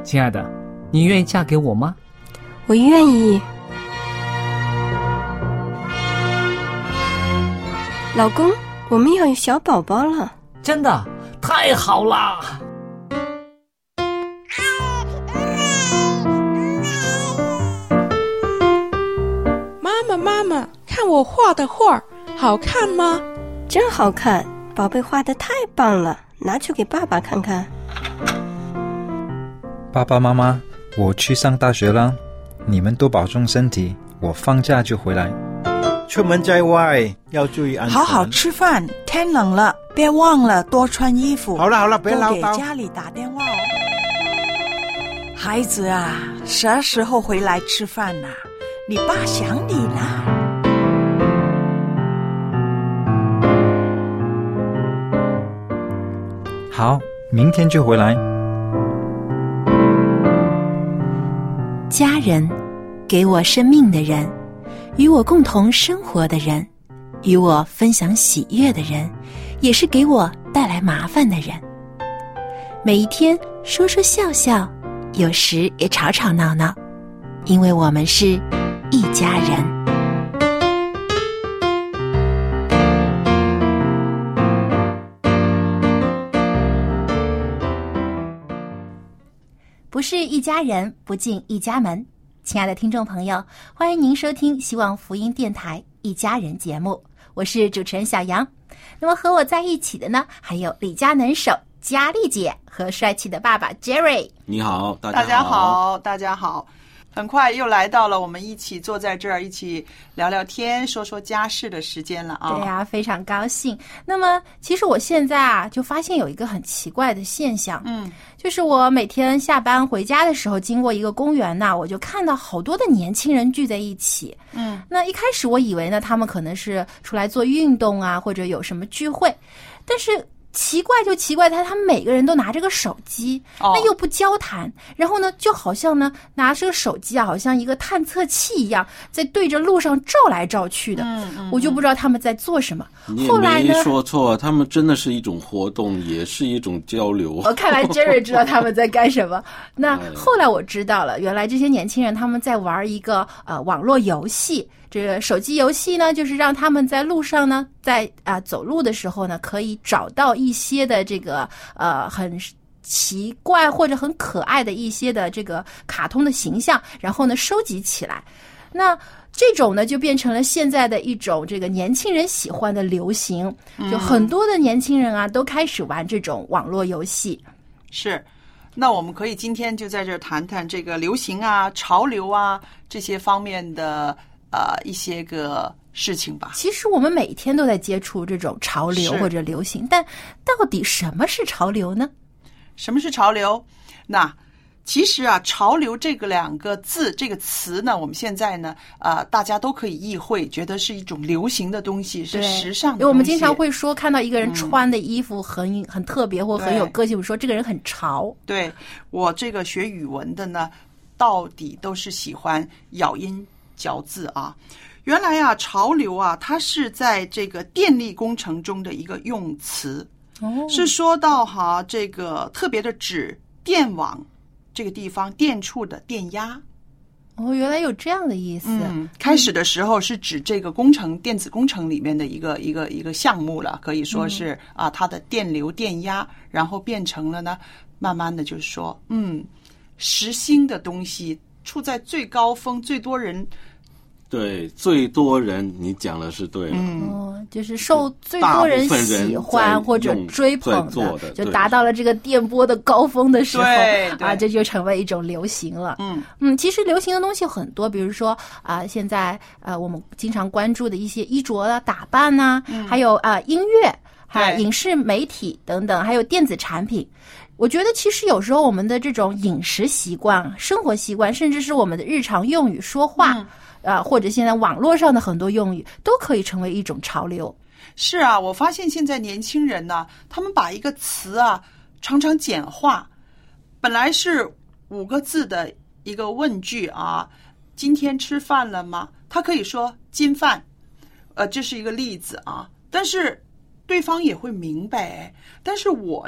亲爱的，你愿意嫁给我吗？ 我愿意。老公，我们要有小宝宝了。 真的？太好了！ 妈妈，看我画的画，好看吗？ 真好看，宝贝画得太棒了，拿去给爸爸看看。 爸爸妈妈，我去上大学了，你们多保重身体，我放假就回来。 出门在外要注意安全。 好好吃饭，天冷了，别忘了多穿衣服。 好了，别唠叨。 多给家里打电话哦。孩子啊，啥时候回来吃饭啊？你爸想你啦。 好，明天就回来。 家人，给我生命的人，与我共同生活的人，与我分享喜悦的人，也是给我带来麻烦的人。每一天说说笑笑，有时也吵吵闹闹，因为我们是一家人。不是一家人，不进一家门。亲爱的听众朋友，欢迎您收听希望福音电台一家人节目，我是主持人小杨。那么和我在一起的呢，还有李家能手佳丽姐和帅气的爸爸 Jerry。 你好，大家好。很快又来到了我们一起坐在这儿一起聊聊天说说家事的时间了啊！ 对啊，非常高兴。那么其实我现在啊就发现有一个很奇怪的现象，就是我每天下班回家的时候经过一个公园呢，我就看到好多的年轻人聚在一起。那一开始我以为呢他们可能是出来做运动啊，或者有什么聚会，但是奇怪就奇怪，他们每个人都拿着个手机，那又不交谈，然后呢就好像呢拿着个手机啊，好像一个探测器一样，在对着路上照来照去的。我就不知道他们在做什么。 你也没说错，他们真的是一种活动，也是一种交流。 看来 Jerry 知道他们在干什么。那后来我知道了，原来这些年轻人他们在玩一个网络游戏。这个手机游戏呢，就是让他们在路上呢，在走路的时候呢，可以找到一些的这个很奇怪或者很可爱的一些的这个卡通的形象，然后呢收集起来。那这种呢就变成了现在的一种这个年轻人喜欢的流行，就很多的年轻人啊都开始玩这种网络游戏。 是。那我们可以今天就在这儿谈谈这个流行啊、潮流啊这些方面的一些个事情吧。 其实我们每天都在接触这种潮流或者流行，但到底什么是潮流呢？ 什么是潮流？那其实啊，潮流这个两个字这个词呢，我们现在呢大家都可以意会，觉得是一种流行的东西，是时尚的东西。 因为我们经常会说看到一个人穿的衣服很特别或很有个性，我说这个人很潮。 对，我这个学语文的呢，到底都是喜欢咬音嚼字啊。原来啊，潮流啊，它是在这个电力工程中的一个用词，是说到这个特别的指电网这个地方电处的电压。 原来有这样的意思。 开始的时候是指这个工程电子工程里面的一个项目了，可以说是它的电流电压，然后变成了呢，慢慢的就是说时兴的东西处在最高峰，最多人。 对，最多人，你讲的是对的。 就是受最多人喜欢或者追捧的，就达到了这个电波的高峰的时候这就成为一种流行了。其实流行的东西很多，比如说现在我们经常关注的一些衣着啊、打扮啊，还有音乐、还有影视媒体等等，还有电子产品。我觉得其实有时候我们的这种饮食习惯、生活习惯，甚至是我们的日常用语说话或者现在网络上的很多用语，都可以成为一种潮流。 是啊，我发现现在年轻人呢，他们把一个词啊常常简化，本来是5个字的一个问句啊，今天吃饭了吗？他可以说今饭，这是一个例子啊，但是对方也会明白。但是我呢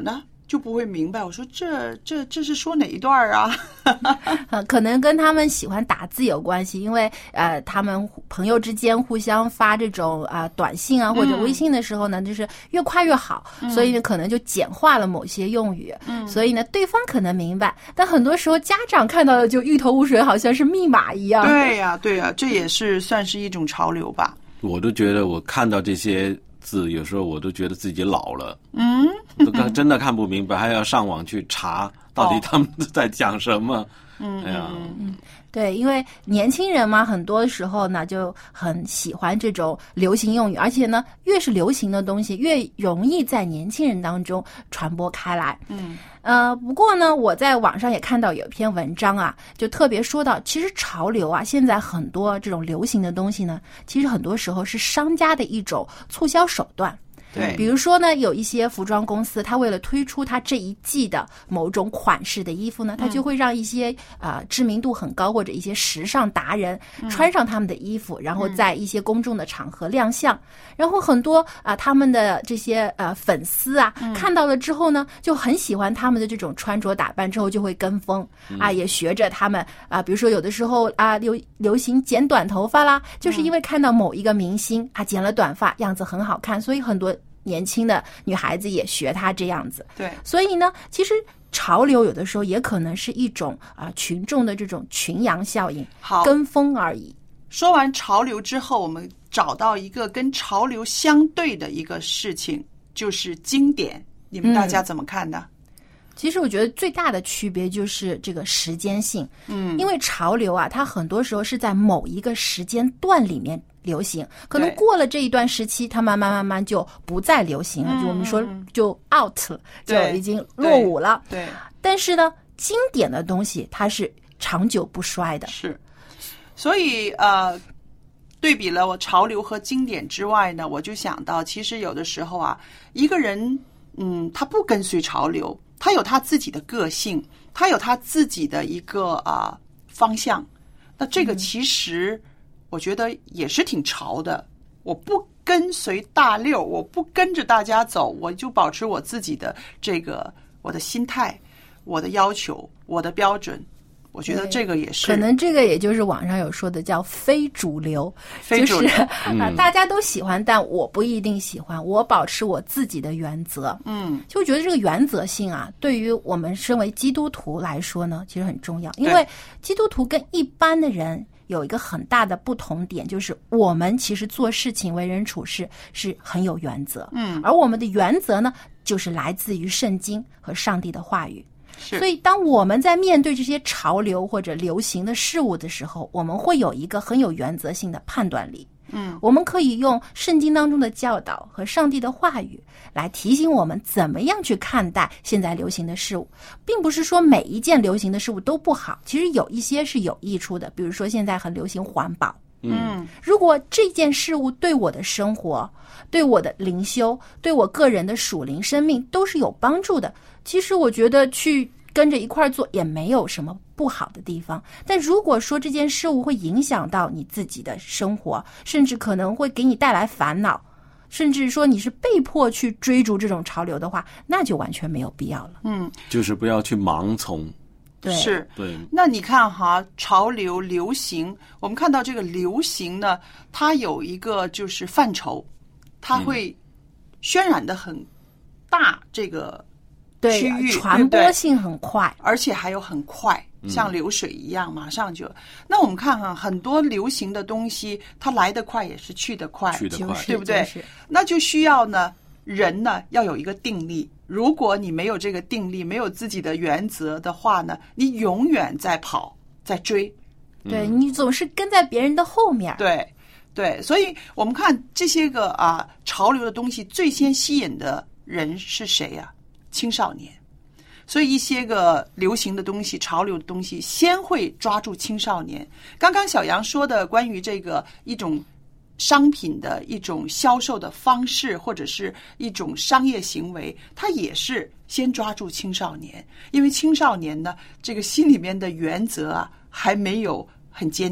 就不会明白。我说这是说哪一段啊？ 可能跟他们喜欢打字有关系，因为他们朋友之间互相发这种短信啊或者微信的时候呢，就是越快越好，所以呢可能就简化了某些用语，所以呢对方可能明白，但很多时候家长看到的就一头雾水，好像是密码一样。 对呀，对呀，这也是算是一种潮流吧。 我都觉得我看到这些字，有时候我都觉得自己老了，都真的看不明白，还要上网去查到底他们在讲什么。 对，因为年轻人嘛，很多时候呢就很喜欢这种流行用语，而且呢，越是流行的东西，越容易在年轻人当中传播开来。不过呢，我在网上也看到有一篇文章啊，就特别说到，其实潮流啊，现在很多这种流行的东西呢，其实很多时候是商家的一种促销手段。 对， 比如说呢，有一些服装公司，它为了推出它这一季的某种款式的衣服呢，它就会让一些知名度很高或者一些时尚达人穿上他们的衣服，然后在一些公众的场合亮相。然后很多他们的这些粉丝啊，看到了之后呢，就很喜欢他们的这种穿着打扮，之后就会跟风也学着他们比如说有的时候流行剪短头发啦，就是因为看到某一个明星剪了短发，样子很好看，所以很多年轻的女孩子也学她这样子。 对， 所以呢，其实潮流有的时候也可能是一种群众的这种群羊效应，跟风而已。 说完潮流之后，我们找到一个跟潮流相对的一个事情，就是经典。你们大家怎么看呢？ 其实我觉得最大的区别就是这个时间性。因为潮流啊，它很多时候是在某一个时间段里面流行，可能过了这一段时期，它慢慢就不再流行了，就我们说就 out 了，就已经落伍了。 对， 但是呢，经典的东西它是长久不衰的。 是，所以对比了我潮流和经典之外呢，我就想到，其实有的时候啊，一个人他不跟随潮流，他有他自己的个性，他有他自己的一个方向。那这个其实我觉得也是挺潮的。我不跟随大流，我不跟着大家走，我就保持我自己的这个我的心态、我的要求、我的标准。我觉得这个也是， 可能这个也就是网上有说的叫非主流，就是大家都喜欢，但我不一定喜欢，我保持我自己的原则。就觉得这个原则性啊，对于我们身为基督徒来说呢，其实很重要，因为基督徒跟一般的人有一个很大的不同点，就是我们其实做事情、为人处事是很有原则。而我们的原则呢，就是来自于圣经和上帝的话语。所以当我们在面对这些潮流或者流行的事物的时候，我们会有一个很有原则性的判断力。我们可以用圣经当中的教导和上帝的话语来提醒我们怎么样去看待现在流行的事物，并不是说每一件流行的事物都不好，其实有一些是有益处的。比如说现在很流行环保，如果这件事物对我的生活、对我的灵修、对我个人的属灵生命都是有帮助的，其实我觉得去跟着一块做也没有什么不好的地方。但如果说这件事物会影响到你自己的生活，甚至可能会给你带来烦恼，甚至说你是被迫去追逐这种潮流的话，那就完全没有必要了。 就是不要去盲从。 对， 是， 对。 那你看哈，潮流、流行，我们看到这个流行呢，它有一个就是范畴，它会渲染的很大，这个区域传播性很快， 而且还有很快，像流水一样，马上就。那我们看哈，很多流行的东西，它来得快也是去得快，对不对？那就需要呢，人呢要有一个定力。如果你没有这个定力，没有自己的原则的话呢，你永远在跑，在追。 对，你总是跟在别人的后面。 对，所以我们看这些个潮流的东西，最先吸引的人是谁啊？青少年。所以一些个流行的东西、潮流的东西，先会抓住青少年。刚刚小杨说的关于这个一种商品的一种销售的方式，或者是一种商业行为，它也是先抓住青少年。因为青少年呢，这个心里面的原则还没有很坚定，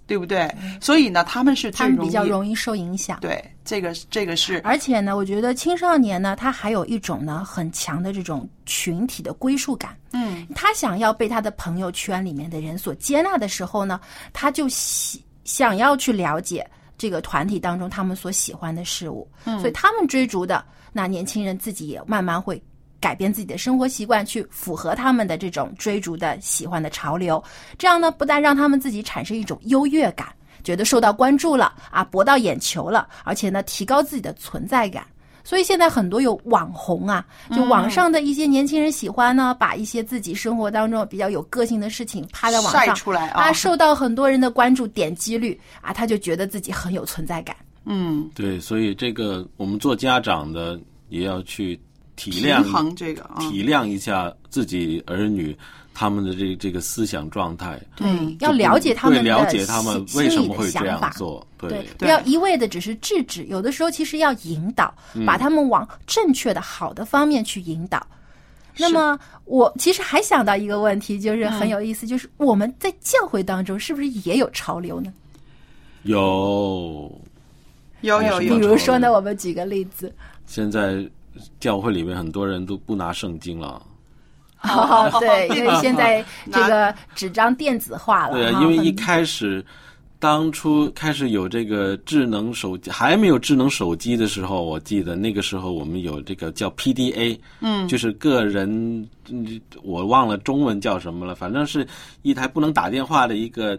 对不对？所以呢，他们是最容易， 他们比较容易受影响。 对，这个是。 而且呢，我觉得青少年呢，他还有一种呢很强的这种群体的归属感。他想要被他的朋友圈里面的人所接纳的时候呢，他就想要去了解这个团体当中他们所喜欢的事物。所以他们追逐的，那年轻人自己也慢慢会改变自己的生活习惯，去符合他们的这种追逐的喜欢的潮流。这样呢，不但让他们自己产生一种优越感，觉得受到关注了啊，博到眼球了，而且呢，提高自己的存在感。所以现在很多有网红啊，就网上的一些年轻人喜欢呢，把一些自己生活当中比较有个性的事情趴在网上晒出来啊， 受到很多人的关注，点击率啊，他就觉得自己很有存在感。 对，所以这个我们做家长的也要去体谅一下自己儿女他们的这个思想状态。 对，要了解他们的了解他们为什么会这样做。对， 不要一味的只是制止，有的时候其实要引导，把他们往正确的好的方面去引导。那么我其实还想到一个问题，就是很有意思，就是我们在教会当中是不是也有潮流呢？ 有。 比如说呢，我们举个例子。 现在教会里面很多人都不拿圣经了。 对，因为现在这个纸张电子化了。 对啊，因为当初开始有这个智能手机，还没有智能手机的时候，我记得那个时候我们有这个叫 PDA，就是个人，我忘了中文叫什么了，反正是一台不能打电话的一个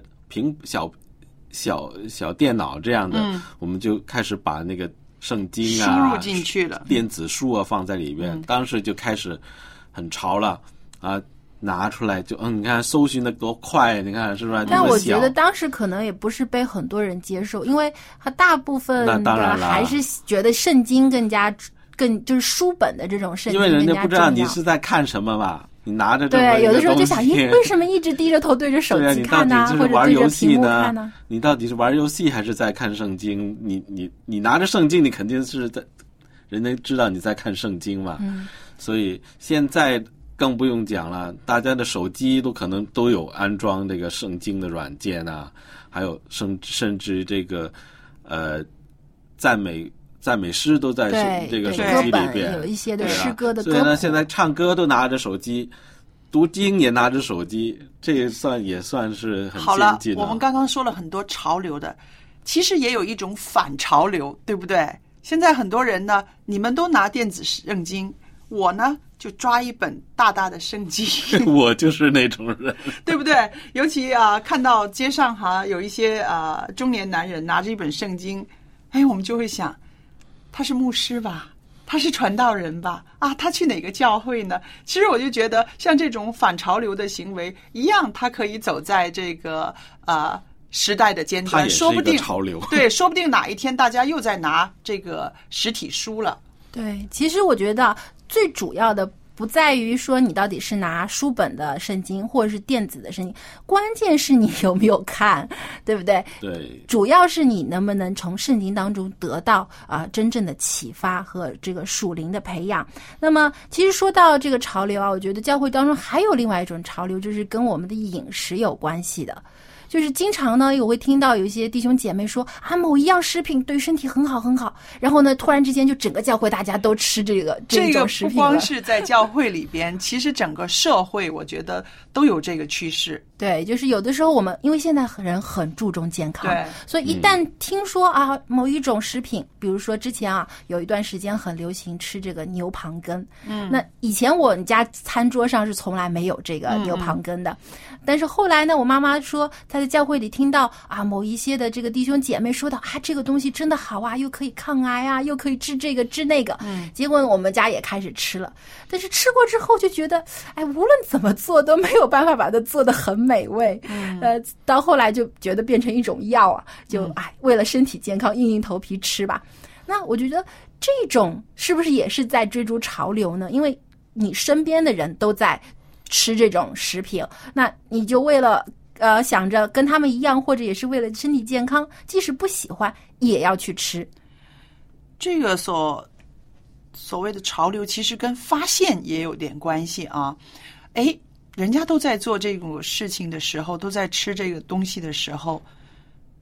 小电脑这样的，我们就开始把那个圣经啊输入进去了， 电子书啊放在里面，当时就开始很潮了啊。拿出来就你看搜寻的多快，你看是不是？ 但我觉得当时可能也不是被很多人接受，因为他大部分的还是觉得圣经更就是书本的这种圣经， 因为人家不知道你是在看什么嘛，你拿着这么一个东西， 对，有的时候就想，为什么一直低着头对着手机看呢？或者对着屏幕看呢？ 你到底是玩游戏还是在看圣经？你拿着圣经，你肯定是在，人家知道你在看圣经嘛。所以现在更不用讲了，大家的手机都可能都有安装这个圣经的软件啊，还有甚至这个赞美诗都在这个手机里边， 有一些的诗歌的歌谱。 所以呢，现在唱歌都拿着手机，读经也拿着手机，这也算是很先进的。 好了，我们刚刚说了很多潮流的，其实也有一种反潮流，对不对？现在很多人呢，你们都拿电子圣经，我呢就抓一本大大的圣经。 我就是那种人， 对不对？尤其看到街上有一些中年男人拿着一本圣经，我们就会想，他是牧师吧？他是传道人吧？他去哪个教会呢？其实我就觉得，像这种反潮流的行为一样，他可以走在这个时代的尖端，说不定潮流。 对，说不定哪一天大家又在拿这个实体书了。 对，其实我觉得最主要的不在于说你到底是拿书本的圣经或者是电子的圣经，关键是你有没有看，对不对？ 对， 主要是你能不能从圣经当中得到真正的启发和这个属灵的培养。那么其实说到这个潮流我觉得教会当中还有另外一种潮流，就是跟我们的饮食有关系的。就是经常呢，我会听到有一些弟兄姐妹说某一样食品对身体很好很好，然后呢，突然之间就整个教会大家都吃这种食品了。 不光是在教会里边，其实整个社会我觉得都有这个趋势。 对，就是有的时候我们因为现在人很注重健康， 对， 所以一旦听说某一种食品，比如说之前有一段时间很流行吃这个牛蒡根，那以前我们家餐桌上是从来没有这个牛蒡根的，但是后来呢，我妈妈说她在教会里听到某一些的这个弟兄姐妹说到这个东西真的好又可以抗癌又可以治这个治那个，结果我们家也开始吃了，但是吃过之后就觉得无论怎么做都没有办法把它做得很美味，到后来就觉得变成一种药就为了身体健康硬头皮吃吧。那我觉得这种是不是也是在追逐潮流呢？因为你身边的人都在吃这种食品，那你就为了想着跟他们一样，或者也是为了身体健康，即使不喜欢也要去吃。 这个所谓的潮流其实跟发现也有点关系人家都在做这种事情的时候，都在吃这个东西的时候，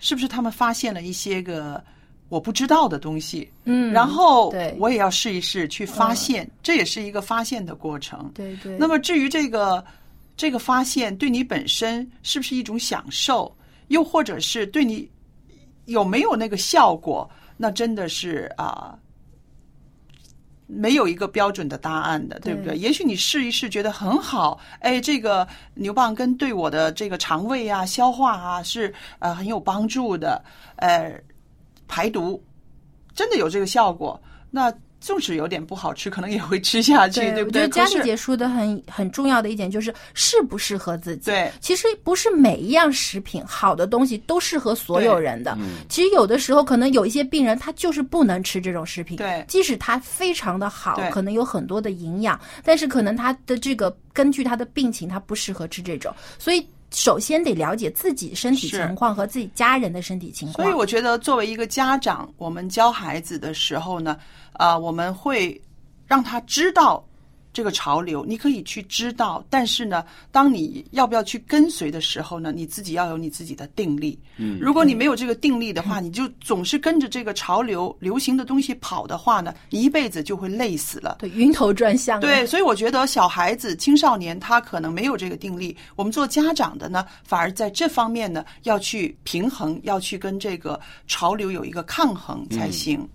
是不是他们发现了一些个我不知道的东西？然后我也要试一试去发现，这也是一个发现的过程。 对对。 那么至于这个发现对你本身是不是一种享受，又或者是对你有没有那个效果，那真的是没有一个标准的答案的，对不对？也许你试一试觉得很好，这个牛蒡根对我的这个肠胃啊、消化是很有帮助的，排毒真的有这个效果，那纵使有点不好吃，可能也会吃下去， 对不对？ 我觉得佳丽姐说的很重要的一点就是适不适合自己。 对， 其实不是每一样食品好的东西都适合所有人的。其实有的时候可能有一些病人他就是不能吃这种食品， 对， 即使它非常的好，可能有很多的营养，但是可能他的这个根据他的病情，他不适合吃这种，所以首先得了解自己身体情况和自己家人的身体情况。 所以我觉得作为一个家长，我们教孩子的时候呢，我们会让他知道这个潮流，你可以去知道，但是呢，当你要不要去跟随的时候呢，你自己要有你自己的定力。如果你没有这个定力的话，你就总是跟着这个潮流流行的东西跑的话呢，你一辈子就会累死了。 对，晕头转向。 对，所以我觉得小孩子、青少年他可能没有这个定力，我们做家长的呢，反而在这方面呢要去平衡，要去跟这个潮流有一个抗衡才行。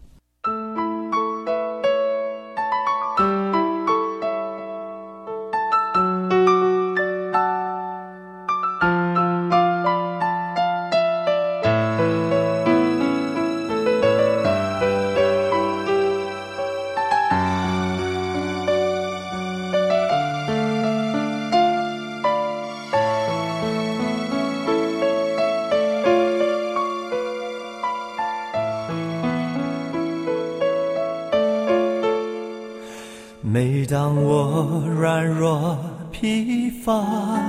每当我软弱疲乏，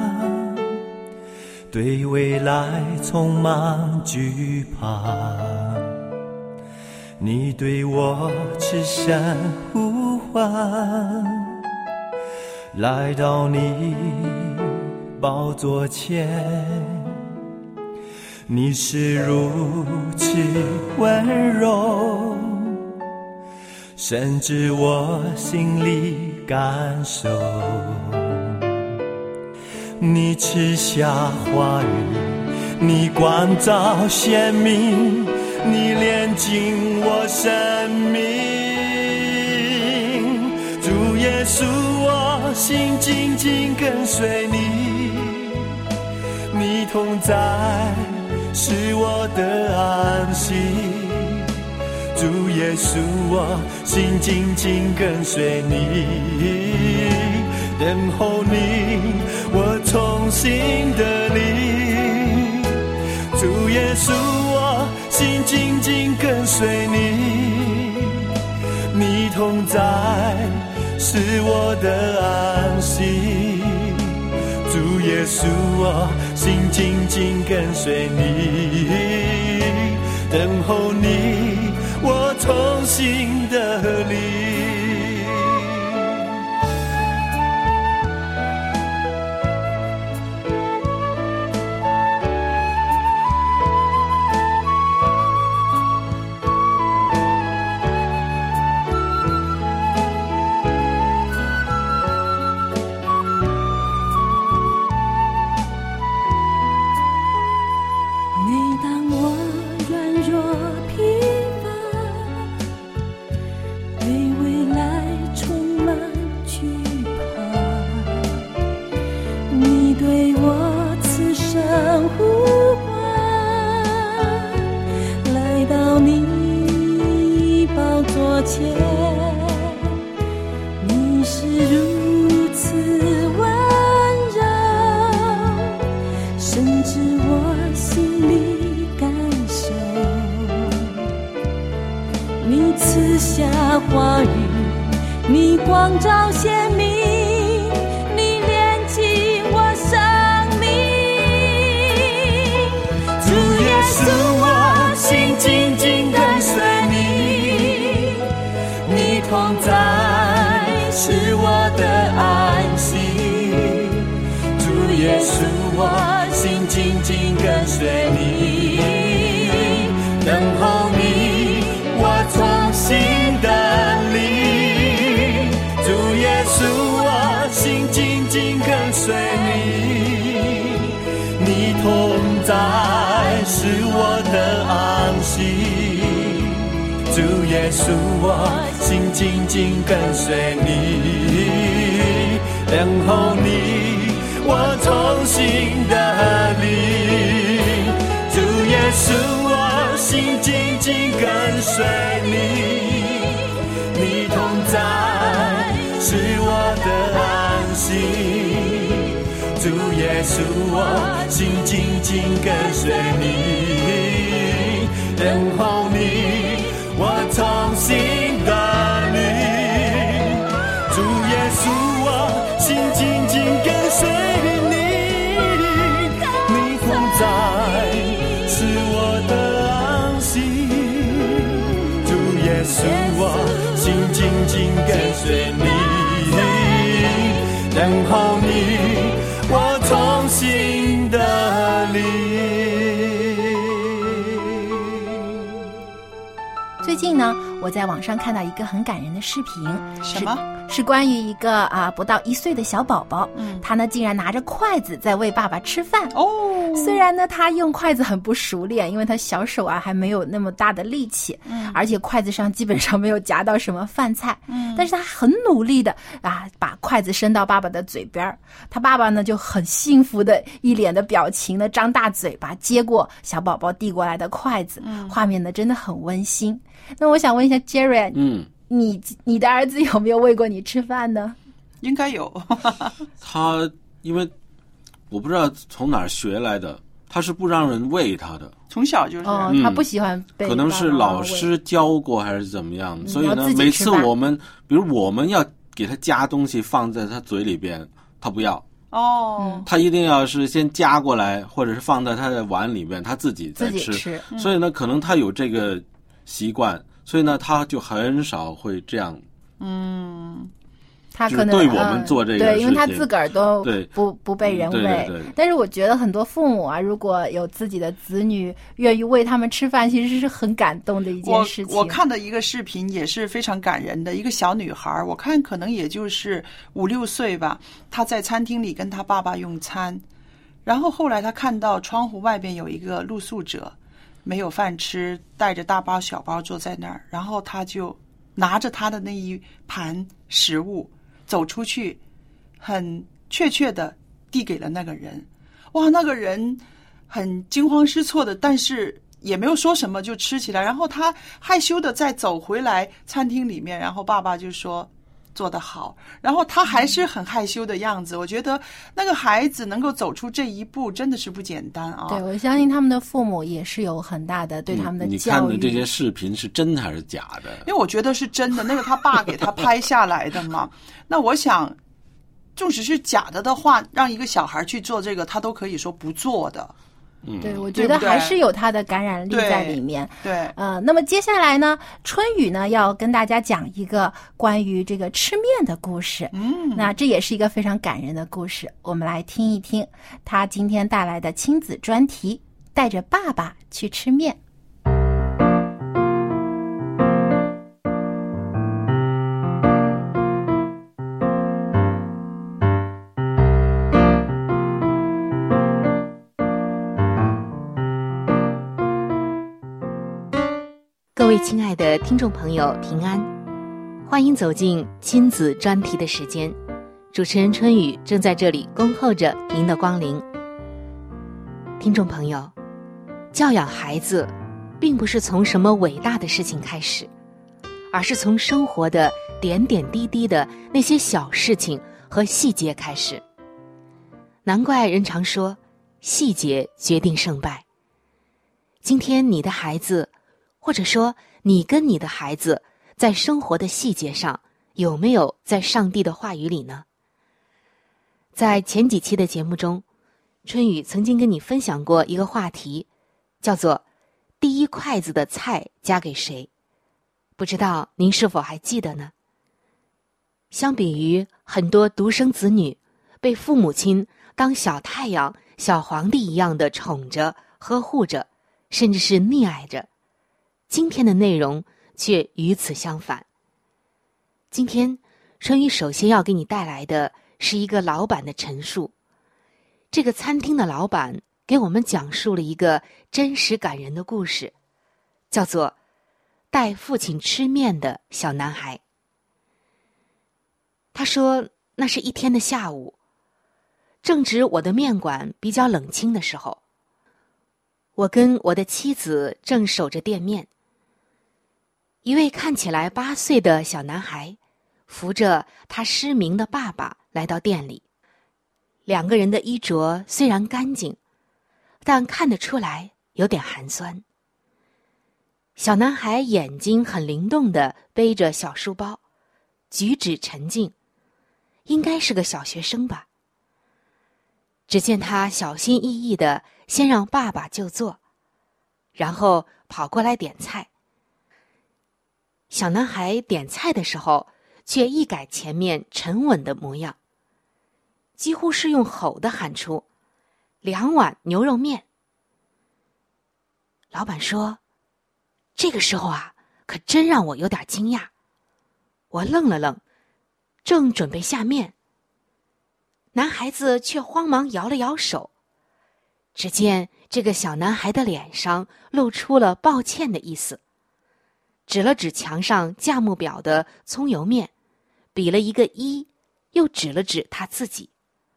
对未来充满惧怕，你对我痴声呼唤，来到你宝座前，你是如此温柔，甚至我心里感受，你赐下话语，你光照鲜明，你炼净我生命。主耶稣，我心紧紧跟随你，你同在是我的安息。主耶稣，我心紧紧跟随你，等候你，我重新的你。主耶稣，我心紧紧跟随你，你同在是我的安息。主耶稣，我心紧紧跟随你，等候你，我重新的你。 你是如此温柔，甚至我心里感受。你赐下话语，你光照鲜明，你炼净我生命。主耶稣，我心紧紧跟随你，你同在是我的安息。主耶稣，我心紧紧跟随你， 耶稣，我心紧紧跟随你，然后你我同行的灵。主耶稣，我心紧紧跟随你，你同在是我的安息。主耶稣，我心紧紧跟随你，然后你我同行的灵。主耶稣，我心紧紧跟随你，你同在是我的安息。主耶稣，我心紧紧跟随你，然后你我同行的灵。 最近呢，我在网上看到一个很感人的视频。 什么？ 是关于一个不到1岁的小宝宝，他呢竟然拿着筷子在喂爸爸吃饭。虽然呢他用筷子很不熟练，因为他小手还没有那么大的力气，而且筷子上基本上没有夹到什么饭菜，但是他很努力的把筷子伸到爸爸的嘴边。他爸爸呢就很幸福的一脸的表情呢，张大嘴巴接过小宝宝递过来的筷子，画面呢真的很温馨。那我想问一下 Jerry，你的儿子有没有喂过你吃饭呢？ 应该有。 他因为我不知道从哪儿学来的，他是不让人喂他的， 从小就是。 他不喜欢被可能是老师教过还是怎么样，所以呢，每次比如我们要给他夹东西放在他嘴里边，他不要。他一定要是先夹过来，或者是放在他的碗里面，他自己再吃。所以呢，可能他有这个习惯，所以呢，他就很少会这样。 他可能对我们做这个事情， 对，因为他自个儿都不被人喂。 对。 但是我觉得很多父母如果有自己的子女愿意喂他们吃饭，其实是很感动的一件事情。 我看的一个视频也是非常感人的，一个小女孩，我看可能也就是5、6岁吧，她在餐厅里跟她爸爸用餐，然后后来她看到窗户外边有一个露宿者没有饭吃，带着大包小包坐在那儿，然后她就拿着她的那一盘食物走出去，很确切的递给了那个人。哇，那个人很惊慌失措的，但是也没有说什么就吃起来，然后他害羞的再走回来餐厅里面，然后爸爸就说做得好，然后他还是很害羞的样子。我觉得那个孩子能够走出这一步真的是不简单啊。 对，我相信他们的父母也是有很大的对他们的教育。 你看的这些视频是真的还是假的？ 因为我觉得是真的，那个他爸给他拍下来的嘛。那我想纵使是假的话，让一个小孩去做这个，他都可以说不做的。 对，我觉得还是有它的感染力在里面。 对， 那么接下来呢，春雨呢要跟大家讲一个关于这个吃面的故事。那这也是一个非常感人的故事，我们来听一听他今天带来的亲子专题，带着爸爸去吃面。 各位亲爱的听众朋友，平安，欢迎走进亲子专题的时间。主持人春雨正在这里恭候着您的光临。听众朋友，教养孩子并不是从什么伟大的事情开始，而是从生活的点点滴滴的那些小事情和细节开始。难怪人常说，细节决定胜败。今天你的孩子，或者说你跟你的孩子在生活的细节上有没有在上帝的话语里呢？在前几期的节目中，春雨曾经跟你分享过一个话题，叫做第一筷子的菜夹给谁？不知道您是否还记得呢？相比于很多独生子女被父母亲当小太阳、小皇帝一样的宠着、呵护着，甚至是溺爱着，今天的内容却与此相反。今天春雨首先要给你带来的是一个老板的陈述。这个餐厅的老板给我们讲述了一个真实感人的故事，叫做带父亲吃面的小男孩。他说，那是一天的下午，正值我的面馆比较冷清的时候，我跟我的妻子正守着店面。一位看起来8岁的小男孩扶着他失明的爸爸来到店里。2个人的衣着虽然干净，但看得出来有点寒酸。小男孩眼睛很灵动地背着小书包，举止沉静，应该是个小学生吧。只见他小心翼翼地先让爸爸就坐，然后跑过来点菜。小男孩点菜的时候却一改前面沉稳的模样，几乎是用吼的喊出2碗牛肉面。老板说，这个时候啊，可真让我有点惊讶。我愣了愣，正准备下面，男孩子却慌忙摇了摇手。只见这个小男孩的脸上露出了抱歉的意思，指了指墙上价目表的葱油面，比了一个1，又指了指他自己。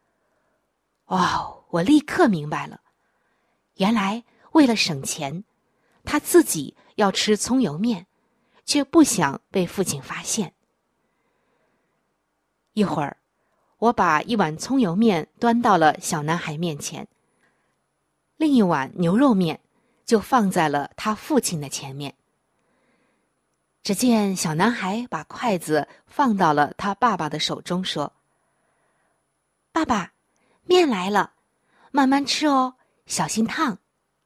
我立刻明白了，原来为了省钱，他自己要吃葱油面，却不想被父亲发现。一会儿，我把1碗葱油面端到了小男孩面前，另一碗牛肉面就放在了他父亲的前面。只见小男孩把筷子放到了他爸爸的手中，说：“爸爸，面来了，慢慢吃哦，小心烫。”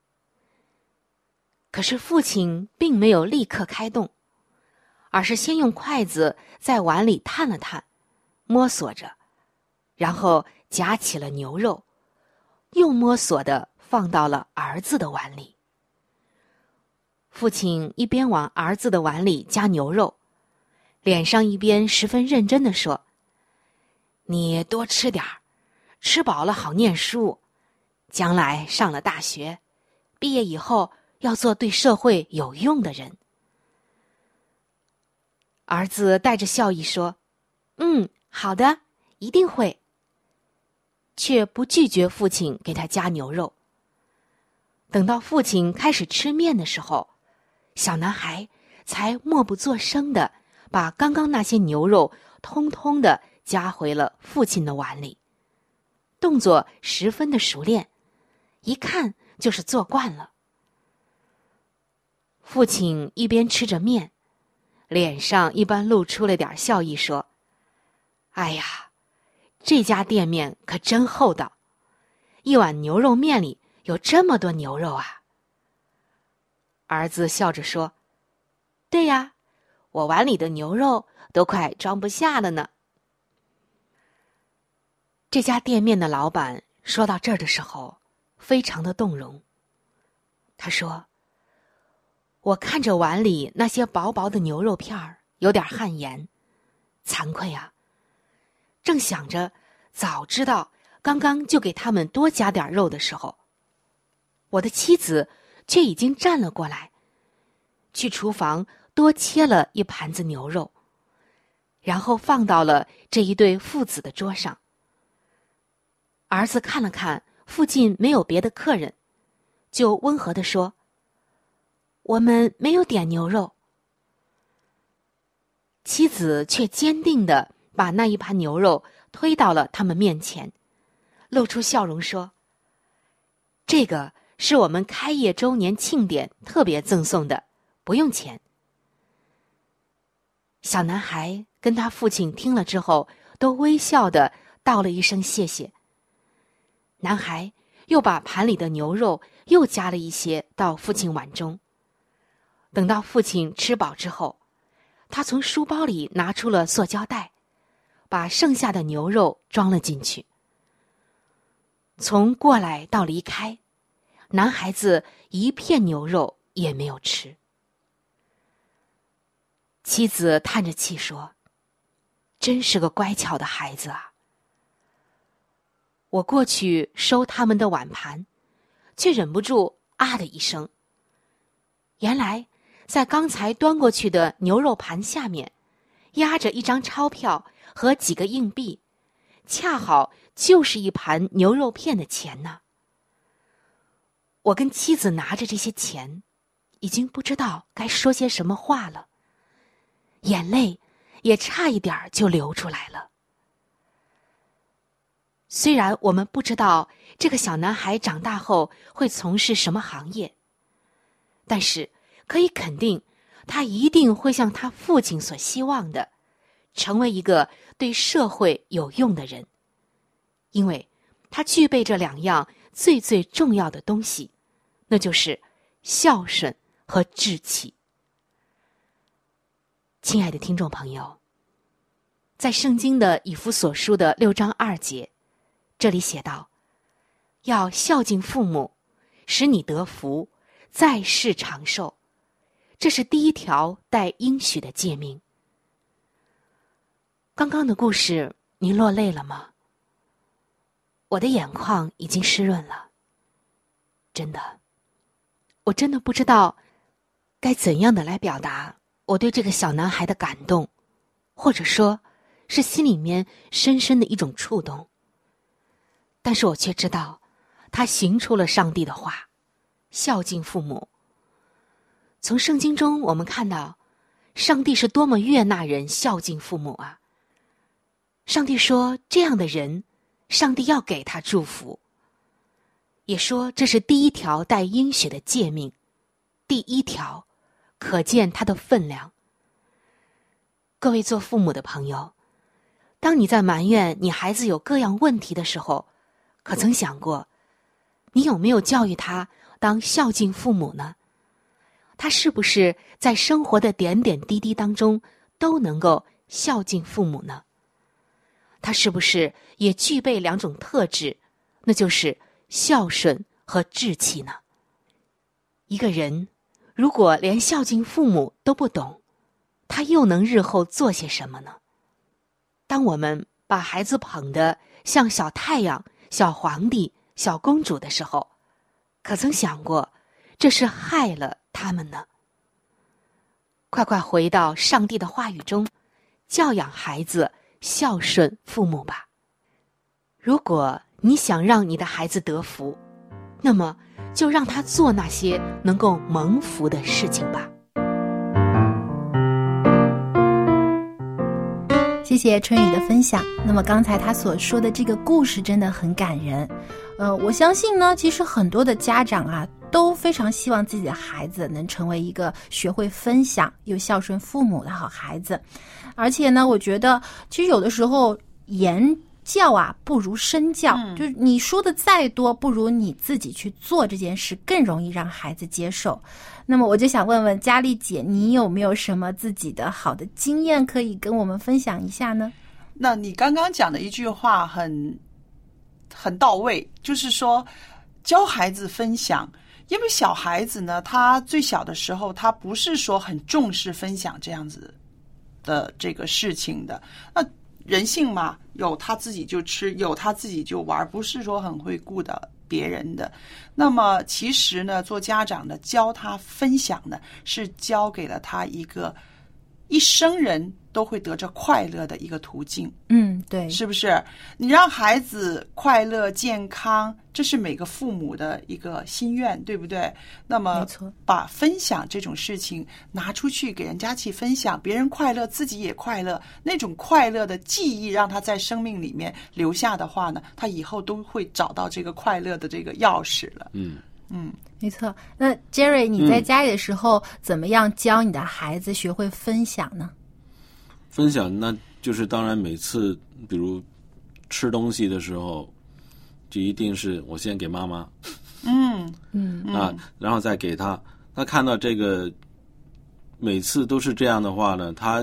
可是父亲并没有立刻开动，而是先用筷子在碗里探了探，摸索着，然后夹起了牛肉，又摸索地放到了儿子的碗里。父亲一边往儿子的碗里加牛肉，脸上一边十分认真地说：“你多吃点儿，吃饱了好念书，将来上了大学，毕业以后要做对社会有用的人。”儿子带着笑意说：“好的，一定会。”却不拒绝父亲给他加牛肉。等到父亲开始吃面的时候，小男孩才默不作声地把刚刚那些牛肉通通地夹回了父亲的碗里，动作十分的熟练，一看就是做惯了。父亲一边吃着面，脸上一般露出了点笑意，说：“哎呀，这家店面可真厚道，1碗牛肉面里有这么多牛肉啊。”儿子笑着说：“对呀，我碗里的牛肉都快装不下了呢。”这家店面的老板说到这儿的时候，非常的动容。他说：“我看着碗里那些薄薄的牛肉片儿，有点汗颜，惭愧啊！正想着早知道刚刚就给他们多加点肉的时候，我的妻子却已经站了过来，去厨房多切了1盘子牛肉，然后放到了这一对父子的桌上。儿子看了看附近没有别的客人，就温和地说：“我们没有点牛肉。”妻子却坚定地把那1盘牛肉推到了他们面前，露出笑容说：“这个是我们开业周年庆典特别赠送的，不用钱。”小男孩跟他父亲听了之后，都微笑地道了一声谢谢。男孩又把盘里的牛肉又加了一些到父亲碗中。等到父亲吃饱之后，他从书包里拿出了塑胶袋，把剩下的牛肉装了进去。从过来到离开，男孩子一片牛肉也没有吃。妻子叹着气说：“真是个乖巧的孩子啊。”我过去收他们的碗盘，却忍不住啊的一声。原来在刚才端过去的牛肉盘下面压着一张钞票和几个硬币，恰好就是一盘牛肉片的钱呢。我跟妻子拿着这些钱，已经不知道该说些什么话了，眼泪也差一点就流出来了。虽然我们不知道这个小男孩长大后会从事什么行业，但是可以肯定，他一定会像他父亲所希望的，成为一个对社会有用的人，因为他具备这2样最最重要的东西，那就是孝顺和志气。亲爱的听众朋友，在圣经的以弗所书的6章2节，这里写道：要孝敬父母，使你得福，在世长寿。这是第1条带应许的诫命。刚刚的故事，您落泪了吗？我的眼眶已经湿润了。真的，我真的不知道该怎样的来表达我对这个小男孩的感动，或者说是心里面深深的一种触动。但是我却知道，他行出了上帝的话，孝敬父母。从圣经中我们看到，上帝是多么悦纳人孝敬父母啊！上帝说，这样的人，上帝要给他祝福。也说这是第1条带应许的诫命，第1条，可见它的分量。各位做父母的朋友，当你在埋怨你孩子有各样问题的时候，可曾想过，你有没有教育他当孝敬父母呢？他是不是在生活的点点滴滴当中都能够孝敬父母呢？他是不是也具备2种特质，那就是孝顺和志气呢？一个人如果连孝敬父母都不懂，他又能日后做些什么呢？当我们把孩子捧得像小太阳、小皇帝、小公主的时候，可曾想过这是害了他们呢？快快回到上帝的话语中，教养孩子，孝顺父母吧。如果你想让你的孩子得福，那么就让他做那些能够蒙福的事情吧。 谢谢春雨的分享。那么刚才他所说的这个故事真的很感人。我相信呢，其实很多的家长啊，都非常希望自己的孩子能成为一个学会分享又孝顺父母的好孩子。而且呢，我觉得其实有的时候言教啊不如身教，就是你说的再多，不如你自己去做这件事更容易让孩子接受。那么我就想问问佳丽姐，你有没有什么自己的好的经验可以跟我们分享一下呢？ 那你刚刚讲的一句话很到位，就是说教孩子分享。因为小孩子呢，他最小的时候，他不是说很重视分享这样子的这个事情的。那人性嘛，有他自己就吃，有他自己就玩，不是说很会顾的别人的。那么其实呢，做家长的教他分享呢，是教给了他一个一生人都会得着快乐的一个途径。 对， 是不是？你让孩子快乐健康，这是每个父母的一个心愿，对不对？那么把分享这种事情拿出去给人家去分享，别人快乐自己也快乐，那种快乐的记忆让他在生命里面留下的话呢，他以后都会找到这个快乐的这个钥匙了。 没错。那 Jerry 你在家里的时候，怎么样教你的孩子学会分享呢？ 分享那就是当然每次比如吃东西的时候，就一定是我先给妈妈，然后再给他。他看到这个每次都是这样的话呢，他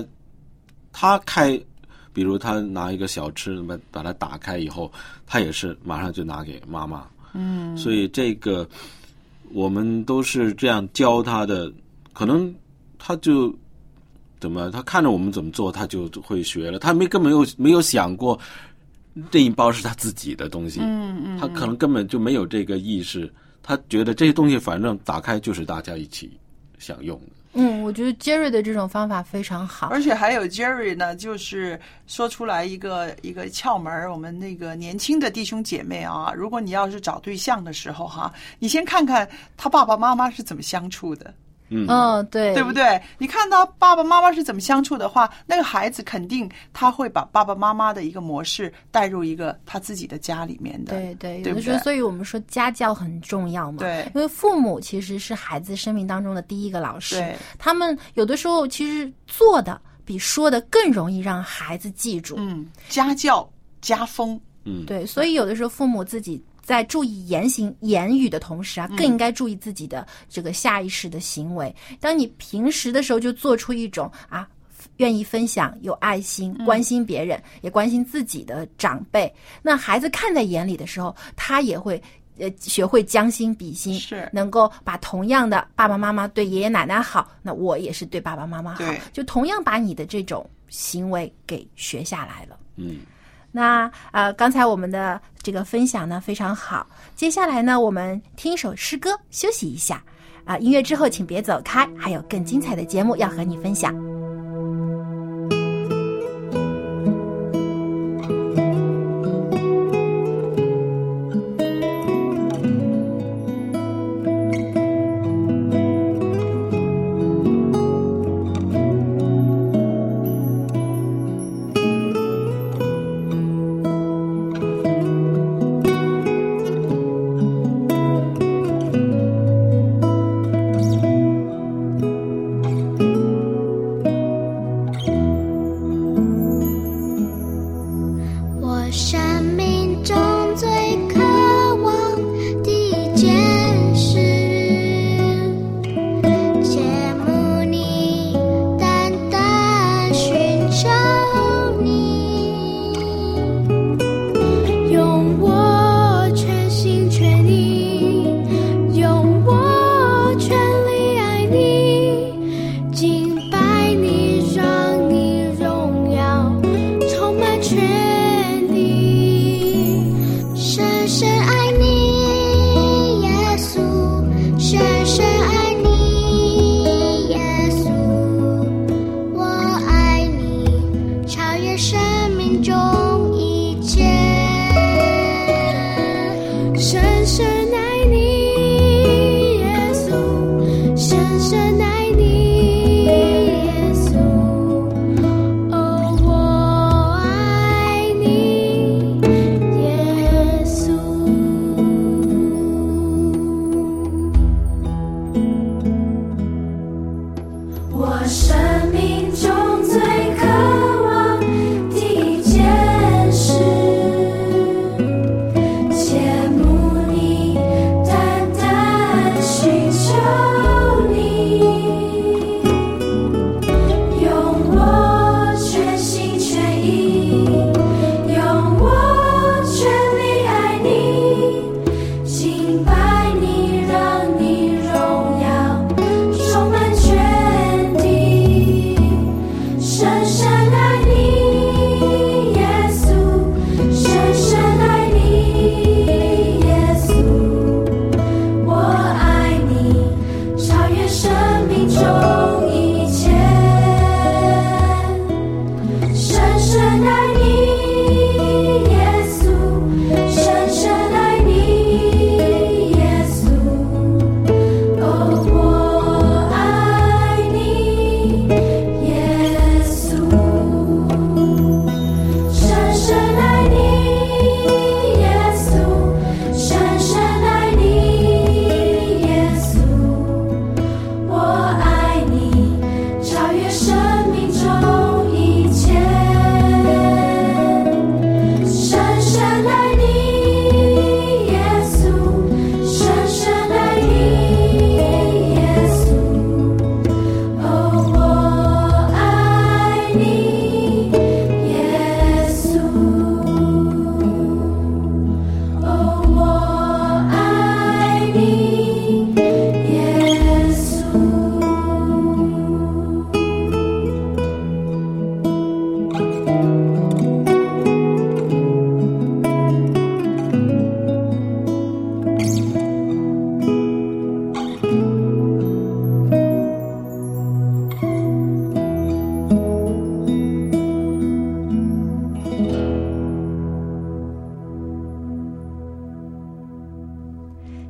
比如他拿一个小吃把它打开以后，他也是马上就拿给妈妈。所以这个我们都是这样教他的，可能他就他看着我们怎么做，他就会学了。他根本没有想过这一包是他自己的东西，他可能根本就没有这个意识。他觉得这些东西反正打开就是大家一起享用的。 我觉得 Jerry 的这种方法非常好， 而且还有 Jerry 呢，就是说出来一个窍门，我们那个年轻的弟兄姐妹啊，如果你要是找对象的时候哈，你先看看他爸爸妈妈是怎么相处的。 对， 对不对？你看到爸爸妈妈是怎么相处的话，那个孩子肯定他会把爸爸妈妈的一个模式带入一个他自己的家里面的。 对，有的时候，所以我们说家教很重要嘛。 对， 因为父母其实是孩子生命当中的第一个老师。 对， 他们有的时候其实做的比说的更容易让孩子记住。 家教家风。 对，所以有的时候父母自己在注意言语的同时啊，更应该注意自己的这个下意识的行为。当你平时的时候就做出一种愿意分享、有爱心、关心别人，也关心自己的长辈，那孩子看在眼里的时候，他也会学会将心比心， 是能够把同样的爸爸妈妈对爷爷奶奶好，那我也是对爸爸妈妈好，就同样把你的这种行为给学下来了。那刚才我们的这个分享呢非常好，接下来呢我们听一首诗歌休息一下音乐之后请别走开，还有更精彩的节目要和你分享。 羡慕你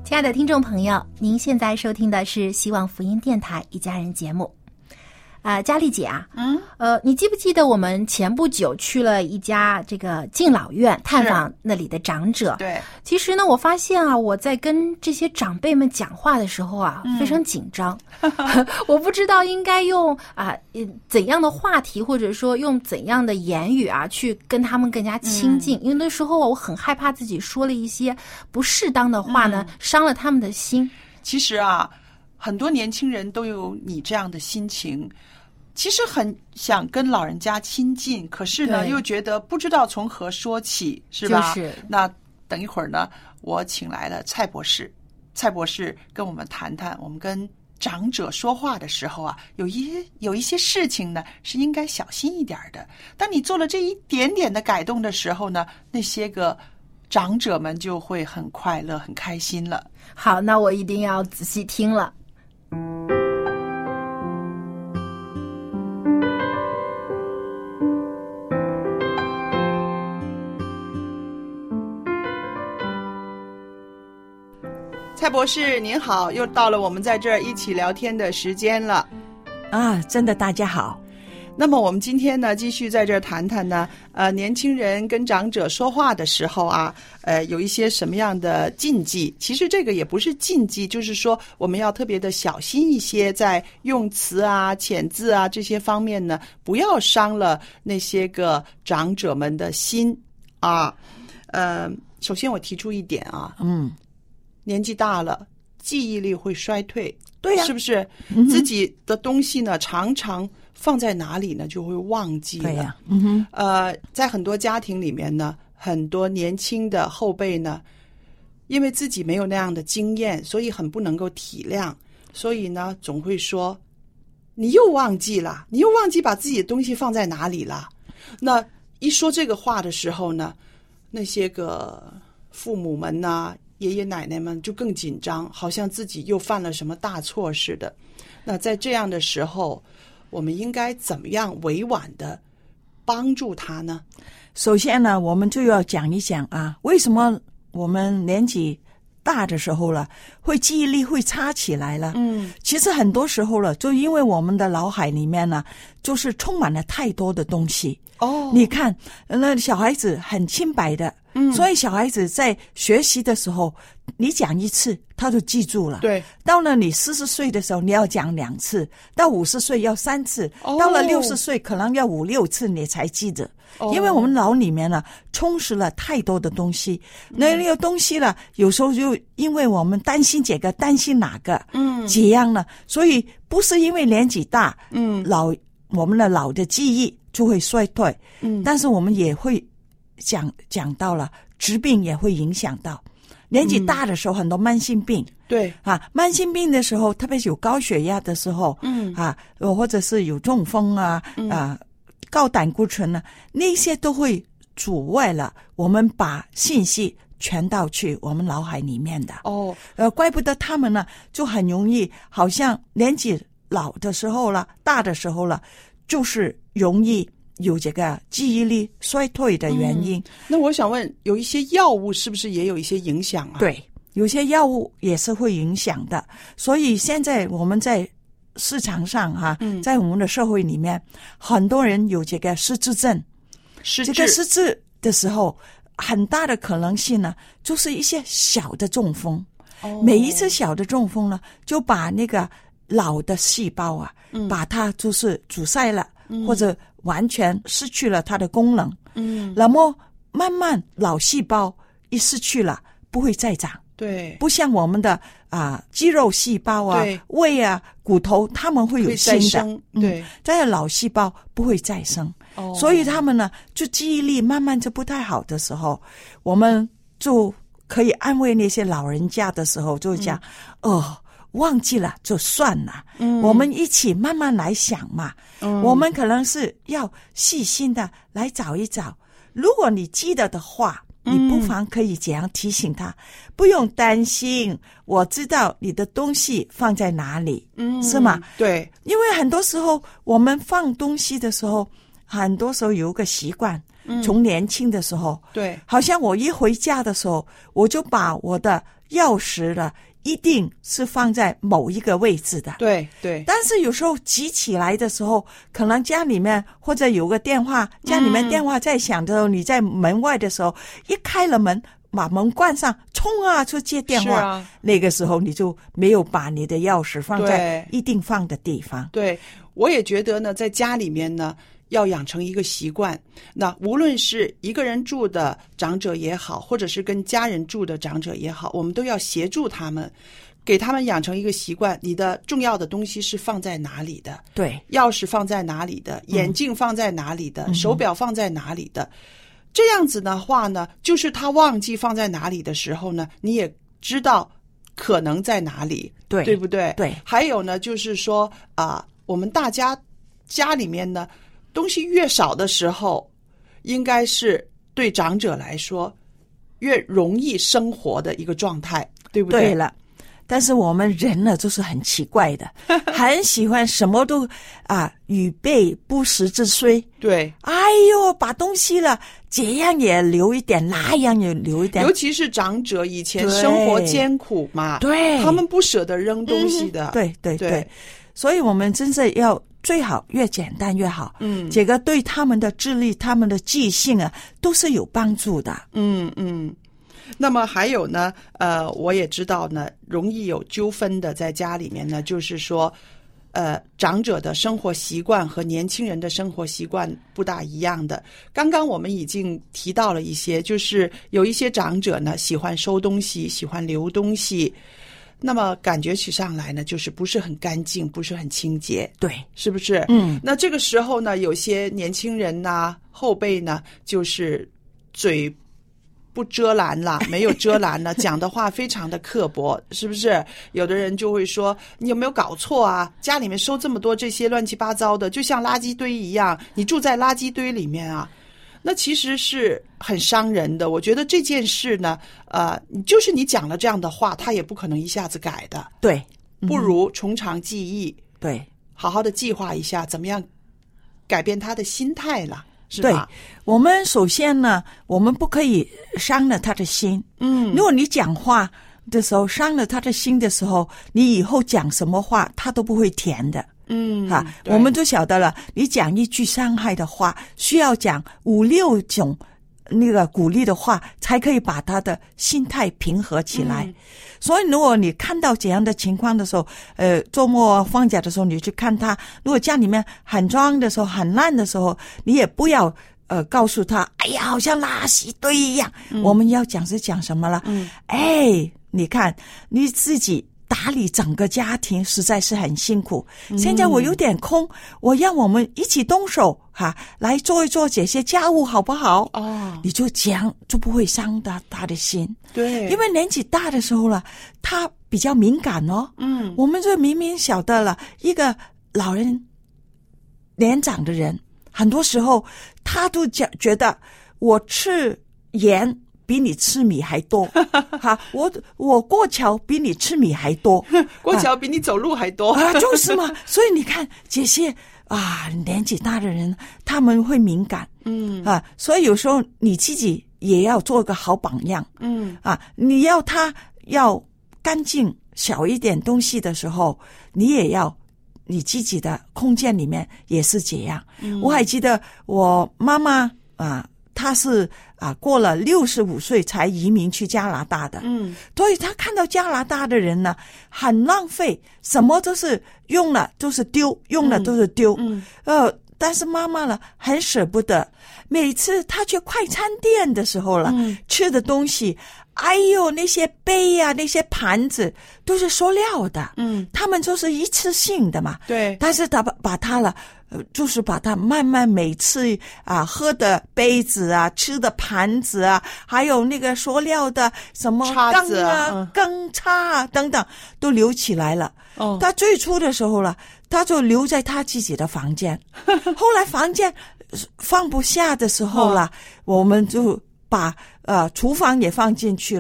亲爱的听众朋友，您现在收听的是希望福音电台一家人节目。佳丽姐啊，你记不记得我们前不久去了一家这个敬老院探访那里的长者？ 对， 其实呢，我发现啊，我在跟这些长辈们讲话的时候啊，非常紧张，我不知道应该用怎样的话题，或者说用怎样的言语啊，去跟他们更加亲近。因为那时候我很害怕自己说了一些不适当的话呢，伤了他们的心。 其实啊，很多年轻人都有你这样的心情。其实很想跟老人家亲近，可是呢，又觉得不知道从何说起，是吧？ 就是。 那等一会儿呢，我请来了蔡博士，蔡博士跟我们谈谈，我们跟长者说话的时候啊，有一些事情呢是应该小心一点的。当你做了这一点点的改动的时候呢，那些个长者们就会很快乐、很开心了。 好，那我一定要仔细听了。 蔡博士您好，又到了我们在这儿一起聊天的时间了啊！真的，大家好。 那么我们今天呢，继续在这儿谈谈呢，年轻人跟长者说话的时候啊，有一些什么样的禁忌？其实这个也不是禁忌，就是说我们要特别的小心一些，在用词啊、遣字啊这些方面呢，不要伤了那些个长者们的心啊。首先我提出一点啊，年纪大了，记忆力会衰退， 对呀， 是不是？自己的东西呢，常常放在哪里呢，就会忘记了。 对呀， 在很多家庭里面呢，很多年轻的后辈呢，因为自己没有那样的经验，所以很不能够体谅，所以呢，总会说：“你又忘记了，你又忘记把自己的东西放在哪里了。”那一说这个话的时候呢，那些个父母们呐，爷爷奶奶们就更紧张，好像自己又犯了什么大错似的。那在这样的时候，我们应该怎么样委婉的帮助他呢？ 首先呢，我们就要讲一讲啊，为什么我们年纪大的时候了，会记忆力会差起来了。其实很多时候了，就因为我们的脑海里面呢，就是充满了太多的东西。你看，那小孩子很清白的。所以小孩子在学习的时候，你讲一次他就记住了。 对， 到了你40岁的时候，你要讲2次；到50岁要3次；到了60岁可能要5、6次你才记得。因为我们脑里面呢充实了太多的东西，那个东西呢，有时候就因为我们担心这个担心哪个，这样呢，所以不是因为年纪大，我们的脑的记忆就会衰退，但是我们也会讲到了疾病也会影响到年纪大的时候，很多慢性病。 对啊，慢性病的时候，特别是有高血压的时候，或者是有中风啊，高胆固醇呢，那些都会阻碍了我们把信息传到去我们脑海里面的。怪不得他们呢就很容易，好像年纪老的时候了，大的时候了，就是容易有这个记忆力衰退的原因。 那我想问，有一些药物是不是也有一些影响啊？ 对，有些药物也是会影响的。所以现在我们在市场上在我们的社会里面，很多人有这个失智症。这个失智的时候，很大的可能性呢，就是一些小的中风。每一次小的中风呢，就把那个老的细胞啊，把它就是阻塞了，或者完全失去了它的功能。那么慢慢老细胞一失去了，不会再长。 对， 不像我们的肌肉细胞啊、胃啊、骨头，他们会有新的。对，但是老细胞不会再生。所以他们呢，就记忆力慢慢就不太好的时候，我们就可以安慰那些老人家的时候，就讲忘记了就算了，我们一起慢慢来想嘛。我们可能是要细心的来找一找，如果你记得的话，你不妨可以这样提醒他，不用担心，我知道你的东西放在哪里，是吗？ 对， 因为很多时候我们放东西的时候，很多时候有一个习惯， 从年轻的时候， 对， 好像我一回家的时候，我就把我的钥匙了一定是放在某一个位置的。 对对。 但是有时候急起来的时候，可能家里面或者有个电话，家里面电话在响的时候，你在门外的时候，一开了门，把门关上，冲啊去接电话，那个时候你就没有把你的钥匙放在一定放的地方。 对，我也觉得呢，在家里面呢，要养成一个习惯。那无论是一个人住的长者也好，或者是跟家人住的长者也好，我们都要协助他们，给他们养成一个习惯。你的重要的东西是放在哪里的？ 对， 钥匙放在哪里的？眼镜放在哪里的？手表放在哪里的？这样子的话呢，就是他忘记放在哪里的时候呢，你也知道可能在哪里，对不对？ 对。 还有呢，就是说我们大家里面呢，东西越少的时候，应该是对长者来说越容易生活的一个状态，对不对？ 对了。但是我们人呢，就是很奇怪的，很喜欢什么都预备不时之需。 对， 哎呦，把东西了，这样也留一点，那样也留一点。 尤其是长者以前生活艰苦嘛， 对， 他们不舍得扔东西的。 对，所以我们真是要最好越简单越好。这个对他们的智力、他们的记性啊，都是有帮助的。 那么还有呢，我也知道呢，容易有纠纷的在家里面呢，就是说，长者的生活习惯和年轻人的生活习惯不大一样的。刚刚我们已经提到了一些，就是有一些长者呢喜欢收东西，喜欢留东西，那么感觉起上来呢，就是不是很干净，不是很清洁， 对， 是不是？那这个时候呢，有些年轻人呐、后辈呢，就是嘴不遮拦了，没有遮拦了，讲的话非常的刻薄，是不是？有的人就会说，你有没有搞错啊？家里面收这么多这些乱七八糟的，就像垃圾堆一样，你住在垃圾堆里面啊，那其实是很伤人的。我觉得这件事呢，就是你讲了这样的话，他也不可能一下子改的。 对， 不如从长计议， 对， 好好的计划一下，怎么样改变他的心态了。是吧？ 对，我们首先呢，我们不可以伤了他的心。如果你讲话的时候伤了他的心的时候，你以后讲什么话他都不会填的。我们都晓得了，你讲一句伤害的话，需要讲5-6种那个鼓励的话，才可以把他的心态平和起来。所以如果你看到这样的情况的时候，周末放假的时候你去看他，如果家里面很脏的时候，很烂的时候，你也不要告诉他，哎呀，好像垃圾堆一样。我们要讲是讲什么了？你看你自己打理整个家庭实在是很辛苦，现在我有点空，我让我们一起动手来做一做这些家务好不好？你就讲就不会伤到他的心。 对， 因为年纪大的时候了，他比较敏感哦。我们就明明晓得了，一个老人年长的人，很多时候他都觉得我吃盐比你吃米还多我过桥比你吃米还多过桥比你走路还多就是嘛。所以你看这些年纪大的人他们会敏感所以有时候你自己也要做个好榜样你要他要干净小一点东西的时候，你也要你自己的空间里面也是这样。我还记得我妈妈她是过了65岁才移民去加拿大的。所以她看到加拿大的人呢，很浪费，什么都是用了都是丢，用了都是丢。但是妈妈呢，很舍不得。每次她去快餐店的时候了，吃的东西，哎呦，那些杯啊，那些盘子都是塑料的。他们就是一次性的嘛。 对。 但是他把它了。就是把它慢慢每次喝的杯子吃的盘子还有那个塑料的什么羹羹叉等等都留起来了。他最初的时候了，他就留在他自己的房间。后来房间放不下的时候了，我们就把厨房也放进去了。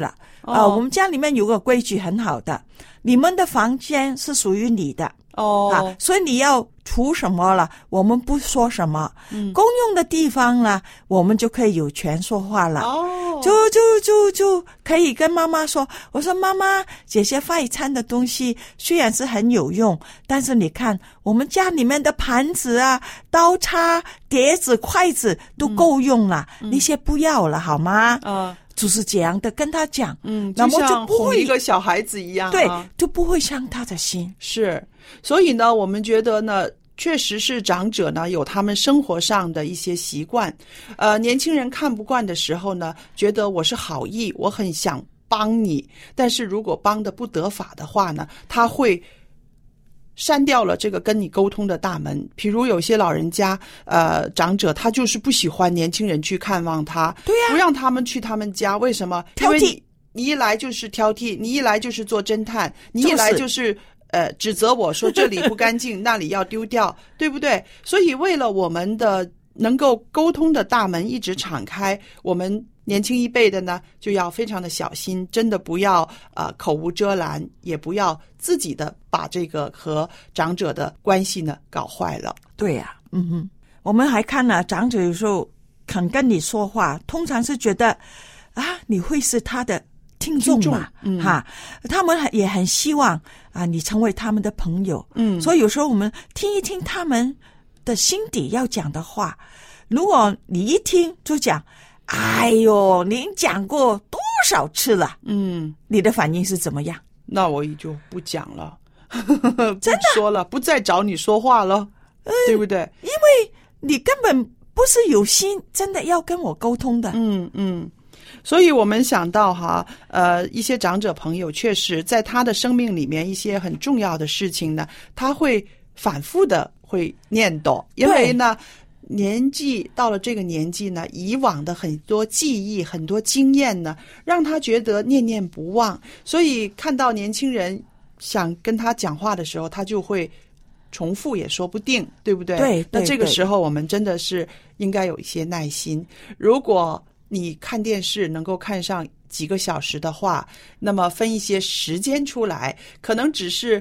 我们家里面有个规矩很好的，你们的房间是属于你的所以你要除什么了，我们不说什么。公用的地方呢，我们就可以有权说话了。就可以跟妈妈说，我说妈妈，这些快餐的东西虽然是很有用，但是你看我们家里面的盘子啊、刀叉、碟子、筷子都够用了，那些不要了好吗？就是这样的跟他讲，那么就不会哄一个小孩子一样， 对，就不会伤他的心。 是，所以呢，我们觉得呢，确实是长者呢有他们生活上的一些习惯，年轻人看不惯的时候呢，觉得我是好意，我很想帮你，但是如果帮得不得法的话呢，他会删掉了这个跟你沟通的大门。比如有些老人家长者他就是不喜欢年轻人去看望他， 对呀， 不让他们去他们家，为什么？ 挑剔， 因为你一来就是挑剔，你一来就是做侦探，你一来就是指责我说这里不干净那里要丢掉，对不对？所以为了我们的能够沟通的大门一直敞开，我们年轻一辈的呢就要非常的小心，真的不要口无遮拦，也不要自己的把这个和长者的关系呢搞坏了。 对呀，我们还看了长者有时候肯跟你说话，通常是觉得你会是他的听众嘛，他们也很希望你成为他们的朋友，所以有时候我们听一听他们的心底要讲的话，如果你一听就讲，哎呦，您讲过多少次了，你的反应是怎么样？ 那我也就不讲了，真的说了，不再找你说话了，对不对？ 因为你根本不是有心真的要跟我沟通的， 所以我们想到一些长者朋友确实在他的生命里面一些很重要的事情呢，他会反复的会念叨，因为呢年纪到了这个年纪呢，以往的很多记忆很多经验呢让他觉得念念不忘，所以看到年轻人想跟他讲话的时候，他就会重复也说不定，对不对？ 对， 那这个时候我们真的是应该有一些耐心。如果你看电视能够看上几个小时的话，那么分一些时间出来，可能只是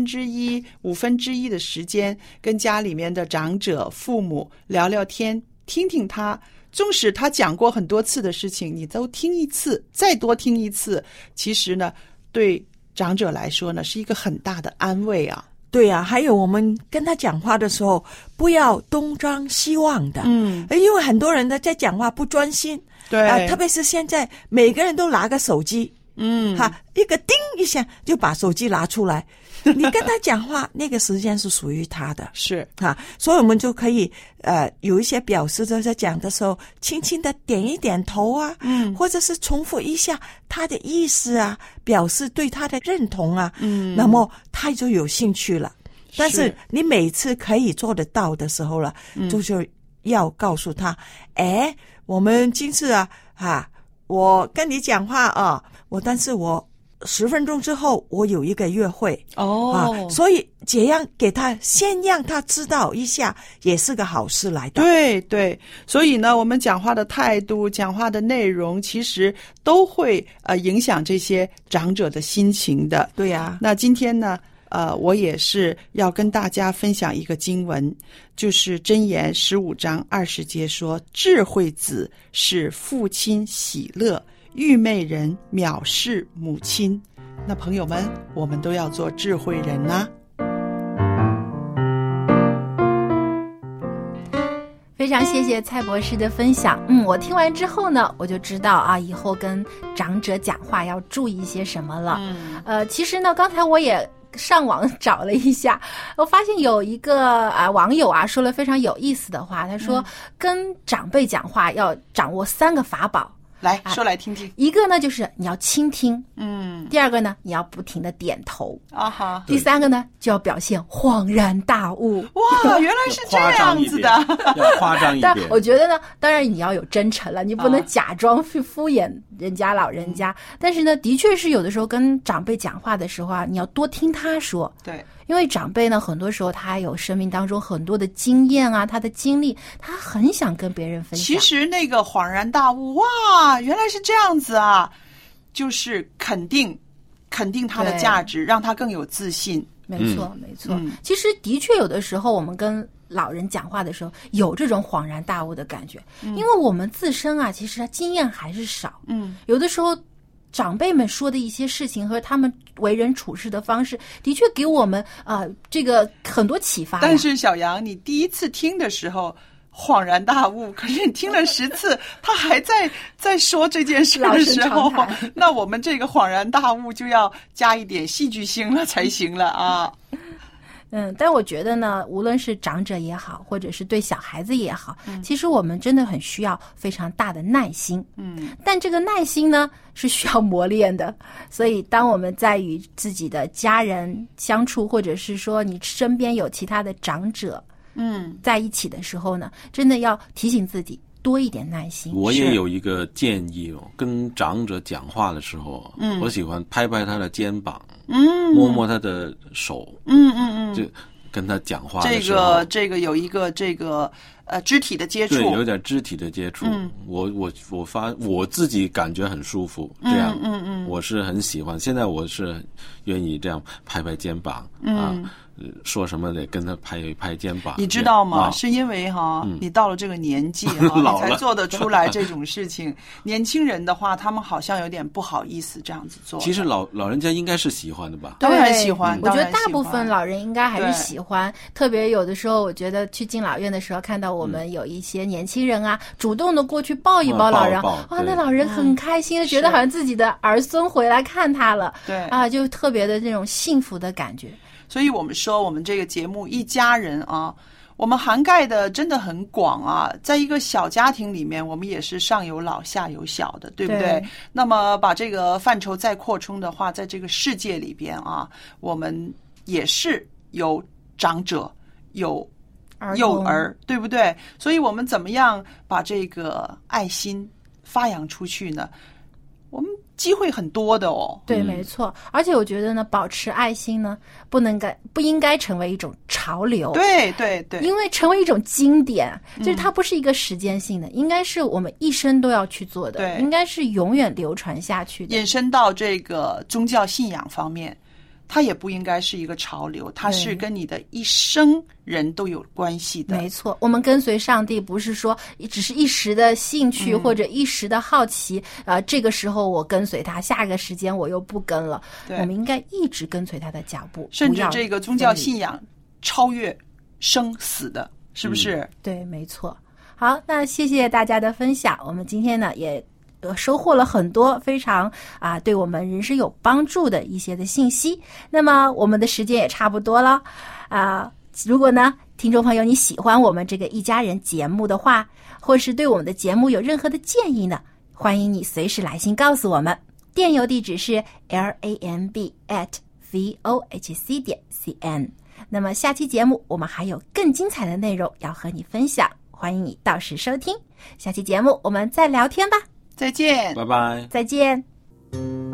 1/8、1/5的时间，跟家里面的长者父母聊聊天，听听他，纵使他讲过很多次的事情，你都听一次，再多听一次，其实呢对长者来说呢是一个很大的安慰啊。 对啊，还有我们跟他讲话的时候不要东张西望的，因为很多人在讲话不专心， 对， 特别是现在每个人都拿个手机，一个叮一下就把手机拿出来，你跟他讲话那个时间是属于他的， 是所以我们就可以有一些表示，在讲的时候轻轻的点一点头啊，或者是重复一下他的意思啊，表示对他的认同啊，那么他就有兴趣了。但是你每次可以做得到的时候了，就要告诉他，我们今次我跟你讲话但是我10分钟之后我有一个约会所以这样给他先让他知道一下也是个好事来的。 对对，所以呢我们讲话的态度讲话的内容其实都会影响这些长者的心情的。 对呀， 那今天呢我也是要跟大家分享一个经文，就是箴言15章20节说，智慧子使父亲喜乐，愚昧人藐视母亲。那朋友们，我们都要做智慧人啊。 非常谢谢蔡博士的分享。我听完之后呢，我就知道以后跟长者讲话要注意些什么了。其实呢，刚才我也上网找了一下，我发现有一个网友说了非常有意思的话，他说跟长辈讲话要掌握3个法宝。 来说来听听。 一个呢就是你要倾听，第二个呢你要不停的点头第三个呢就要表现恍然大悟。 哇，原来是这样子的， 要夸张一点。 但我觉得呢，当然你要有真诚了，你不能假装去敷衍人家老人家，但是呢的确是有的时候跟长辈讲话的时候你要多听他说。 对， 因为长辈呢很多时候他有生命当中很多的经验他的经历，他很想跟别人分享。 其实那个恍然大悟，哇，原来是这样子啊， 就是肯定他的价值，让他更有自信。 没错没错。其实的确有的时候我们跟老人讲话的时候有这种恍然大悟的感觉，因为我们自身啊其实经验还是少，有的时候长辈们说的一些事情和他们为人处事的方式的确给我们这个很多启发。 但是小杨，你第一次听的时候恍然大悟，可是你听了10次他还在说这件事的时候，那我们这个恍然大悟就要加一点戏剧性了才行了啊。 但我觉得呢，无论是长者也好，或者是对小孩子也好，其实我们真的很需要非常大的耐心。但这个耐心呢是需要磨练的，所以当我们在与自己的家人相处，或者是说你身边有其他的长者在一起的时候呢，真的要提醒自己多一点耐心。 我也有一个建议跟长者讲话的时候，我喜欢拍拍他的肩膀，摸摸他的手，就跟他讲话的时候， 这个有一个这个肢体的接触， 对，有点肢体的接触。我自己感觉很舒服，这样，我是很喜欢。现在我是愿意这样拍拍肩膀说什么得跟他拍一拍肩膀。 你知道吗？是因为你到了这个年纪你才做得出来这种事情。年轻人的话，他们好像有点不好意思这样子做。 其实老人家应该是喜欢的吧？ 当然喜欢。 我觉得大部分老人应该还是喜欢。特别有的时候，我觉得去敬老院的时候，看到我们有一些年轻人主动的过去抱一抱老人，那老人很开心，觉得好像自己的儿孙回来看他了， 对就特别的那种幸福的感觉。 所以我们说我们这个节目一家人我们涵盖的真的很广在一个小家庭里面，我们也是上有老下有小的，对不对？那么把这个范畴再扩充的话，在这个世界里边我们也是有长者有幼儿，对不对？所以我们怎么样把这个爱心发扬出去呢？我们机会很多的对，没错。而且我觉得呢，保持爱心呢，不应该成为一种潮流。 对对对， 因为成为一种经典，就是它不是一个时间性的，应该是我们一生都要去做的， 对， 应该是永远流传下去的。 延伸到这个宗教信仰方面，它也不应该是一个潮流，它是跟你的一生人都有关系的。 没错，我们跟随上帝不是说只是一时的兴趣或者一时的好奇，这个时候我跟随他，下个时间我又不跟了。我们应该一直跟随他的脚步， 甚至这个宗教信仰超越生死的，是不是？ 对，没错。好，那谢谢大家的分享，我们今天呢也收获了很多非常对我们人生有帮助的一些的信息。那么我们的时间也差不多了如果呢听众朋友你喜欢我们这个一家人节目的话，或是对我们的节目有任何的建议呢，欢迎你随时来信告诉我们。电邮地址是 lamb@vohc.cn。 那么下期节目我们还有更精彩的内容要和你分享，欢迎你到时收听。下期节目我们再聊天吧。 再见， 拜拜， 再见。